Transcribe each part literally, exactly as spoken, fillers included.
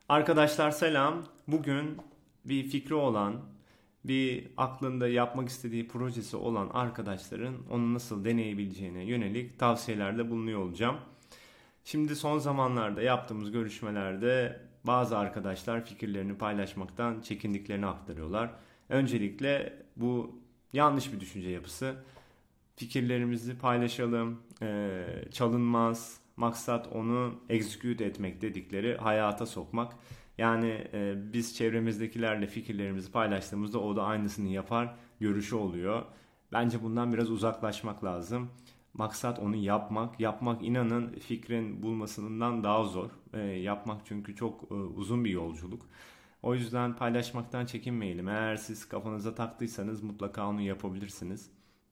Arkadaşlar selam. Bugün bir fikri olan, bir aklında yapmak istediği projesi olan arkadaşların onu nasıl deneyebileceğine yönelik tavsiyelerde bulunuyor olacağım. Şimdi son zamanlarda yaptığımız görüşmelerde bazı arkadaşlar fikirlerini paylaşmaktan çekindiklerini aktarıyorlar. Öncelikle bu yanlış bir düşünce yapısı. Fikirlerimizi paylaşalım, eee, çalınmaz, maksat onu execute etmek dedikleri hayata sokmak. Yani e, biz çevremizdekilerle fikirlerimizi paylaştığımızda o da aynısını yapar görüşü oluyor. Bence bundan biraz uzaklaşmak lazım. Maksat onu yapmak. Yapmak inanın fikrin bulmasından daha zor. E, yapmak çünkü çok e, uzun bir yolculuk. O yüzden paylaşmaktan çekinmeyelim. Eğer siz kafanıza taktıysanız mutlaka onu yapabilirsiniz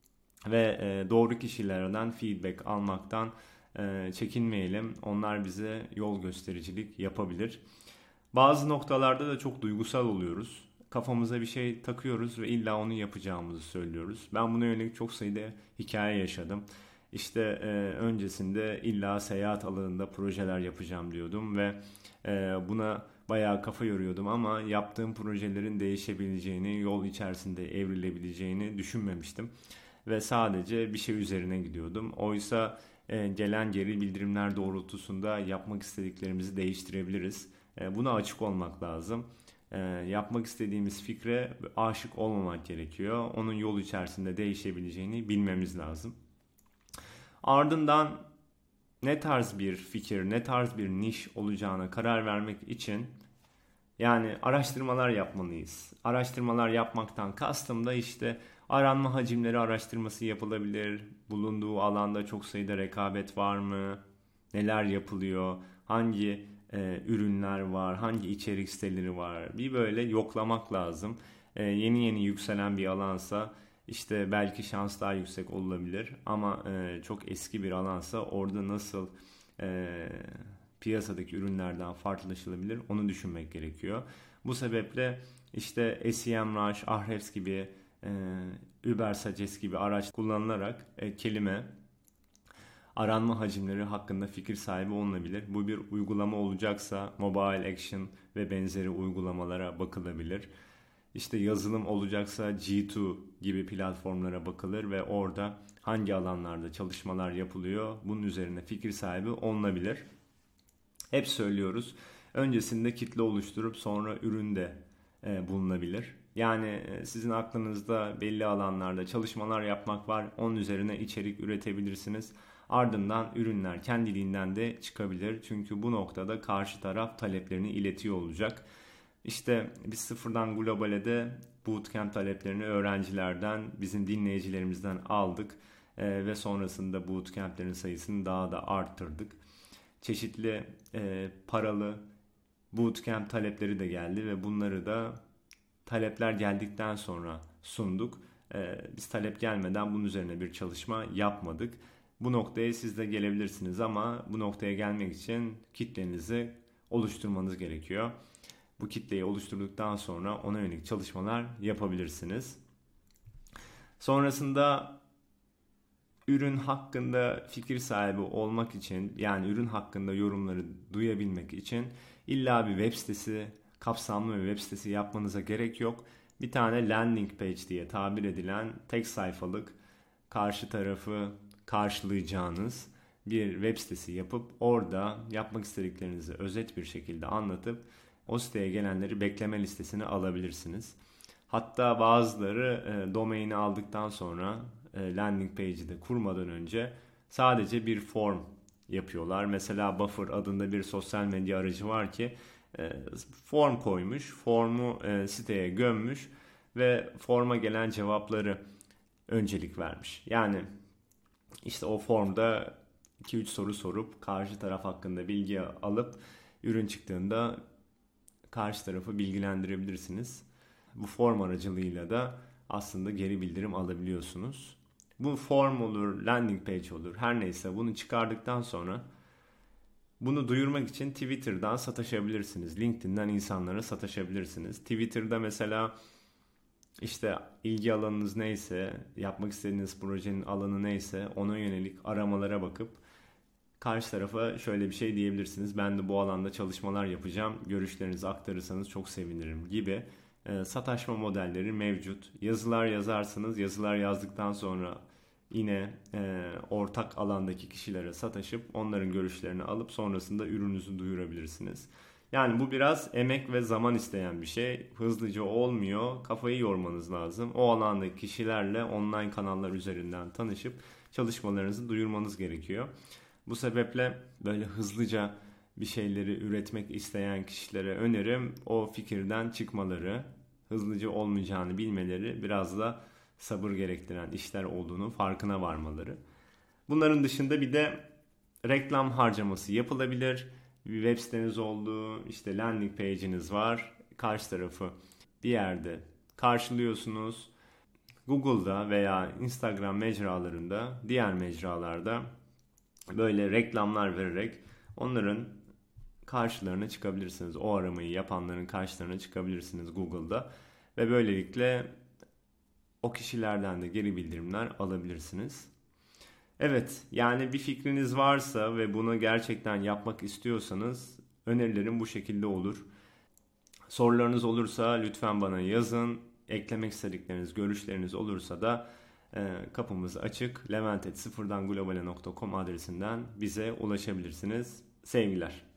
ve e, doğru kişilerden feedback almaktan e, çekinmeyelim. Onlar bize yol göstericilik yapabilir. Bazı noktalarda da çok duygusal oluyoruz. Kafamıza bir şey takıyoruz ve illa onu yapacağımızı söylüyoruz. Ben buna yönelik çok sayıda hikaye yaşadım. İşte e, öncesinde illa seyahat alanında projeler yapacağım diyordum ve e, buna bayağı kafa yoruyordum ama yaptığım projelerin değişebileceğini, yol içerisinde evrilebileceğini düşünmemiştim ve sadece bir şey üzerine gidiyordum. Oysa e, gelen geri bildirimler doğrultusunda yapmak istediklerimizi değiştirebiliriz. E, buna açık olmak lazım. E, yapmak istediğimiz fikre aşık olmamak gerekiyor. Onun yol içerisinde değişebileceğini bilmemiz lazım. Ardından ne tarz bir fikir, ne tarz bir niş olacağına karar vermek için yani araştırmalar yapmalıyız. Araştırmalar yapmaktan kastım da işte aranma hacimleri araştırması yapılabilir. Bulunduğu alanda çok sayıda rekabet var mı? Neler yapılıyor? Hangi e, ürünler var? Hangi içerik siteleri var? Bir böyle yoklamak lazım. E, yeni yeni yükselen bir alansa işte belki şans daha yüksek olabilir. Ama e, çok eski bir alansa orada nasıl e, piyasadaki ürünlerden farklılaşılabilir onu düşünmek gerekiyor. Bu sebeple işte SEMrush, Ahrefs gibi, e, Ubersuggest gibi araç kullanılarak e, kelime aranma hacimleri hakkında fikir sahibi olunabilir. Bu bir uygulama olacaksa Mobile Action ve benzeri uygulamalara bakılabilir. İşte yazılım olacaksa G iki gibi platformlara bakılır ve orada hangi alanlarda çalışmalar yapılıyor bunun üzerine fikir sahibi olunabilir. Hep söylüyoruz. Öncesinde kitle oluşturup sonra üründe e, bulunabilir. Yani e, sizin aklınızda belli alanlarda çalışmalar yapmak var. Onun üzerine içerik üretebilirsiniz. Ardından ürünler kendiliğinden de çıkabilir. Çünkü bu noktada karşı taraf taleplerini iletiyor olacak. İşte biz sıfırdan globale de bootcamp taleplerini öğrencilerden, bizim dinleyicilerimizden aldık. E, ve sonrasında bootcamplerin sayısını daha da arttırdık. Çeşitli e, paralı bootcamp talepleri de geldi ve bunları da talepler geldikten sonra sunduk. E, biz talep gelmeden bunun üzerine bir çalışma yapmadık. Bu noktaya siz de gelebilirsiniz ama bu noktaya gelmek için kitlenizi oluşturmanız gerekiyor. Bu kitleyi oluşturduktan sonra ona yönelik çalışmalar yapabilirsiniz. Sonrasında ürün hakkında fikir sahibi olmak için yani ürün hakkında yorumları duyabilmek için illa bir web sitesi, kapsamlı bir web sitesi yapmanıza gerek yok. Bir tane landing page diye tabir edilen tek sayfalık karşı tarafı karşılayacağınız bir web sitesi yapıp orada yapmak istediklerinizi özet bir şekilde anlatıp o siteye gelenleri bekleme listesine alabilirsiniz. Hatta bazıları e, domaini aldıktan sonra e, landing page'i de kurmadan önce sadece bir form yapıyorlar. Mesela Buffer adında bir sosyal medya aracı var ki e, form koymuş, formu e, siteye gömmüş ve forma gelen cevapları öncelik vermiş. Yani işte o formda iki üç soru sorup karşı taraf hakkında bilgi alıp ürün çıktığında karşı tarafı bilgilendirebilirsiniz. Bu form aracılığıyla da aslında geri bildirim alabiliyorsunuz. Bu form olur, landing page olur, her neyse bunu çıkardıktan sonra bunu duyurmak için Twitter'dan sataşabilirsiniz. LinkedIn'den insanlara sataşabilirsiniz. Twitter'da mesela işte ilgi alanınız neyse, yapmak istediğiniz projenin alanı neyse ona yönelik aramalara bakıp karşı tarafa şöyle bir şey diyebilirsiniz. Ben de bu alanda çalışmalar yapacağım. Görüşlerinizi aktarırsanız çok sevinirim gibi e, sataşma modelleri mevcut. Yazılar yazarsınız. Yazılar yazdıktan sonra yine e, ortak alandaki kişilere sataşıp onların görüşlerini alıp sonrasında ürününüzü duyurabilirsiniz. Yani bu biraz emek ve zaman isteyen bir şey. Hızlıca olmuyor. Kafayı yormanız lazım. O alandaki kişilerle online kanallar üzerinden tanışıp çalışmalarınızı duyurmanız gerekiyor. Bu sebeple böyle hızlıca bir şeyleri üretmek isteyen kişilere önerim o fikirden çıkmaları, hızlıca olmayacağını bilmeleri, biraz da sabır gerektiren işler olduğunu farkına varmaları. Bunların dışında bir de reklam harcaması yapılabilir. Bir web siteniz oldu, işte landing page'iniz var. Karşı tarafı bir yerde karşılıyorsunuz. Google'da veya Instagram mecralarında, diğer mecralarda böyle reklamlar vererek onların karşılarına çıkabilirsiniz. O aramayı yapanların karşılarına çıkabilirsiniz Google'da. Ve böylelikle o kişilerden de geri bildirimler alabilirsiniz. Evet, yani bir fikriniz varsa ve bunu gerçekten yapmak istiyorsanız önerilerim bu şekilde olur. Sorularınız olursa lütfen bana yazın. Eklemek istedikleriniz, görüşleriniz olursa da e, kapımız açık. levent at sıfırdan globale nokta com adresinden bize ulaşabilirsiniz. Sevgiler.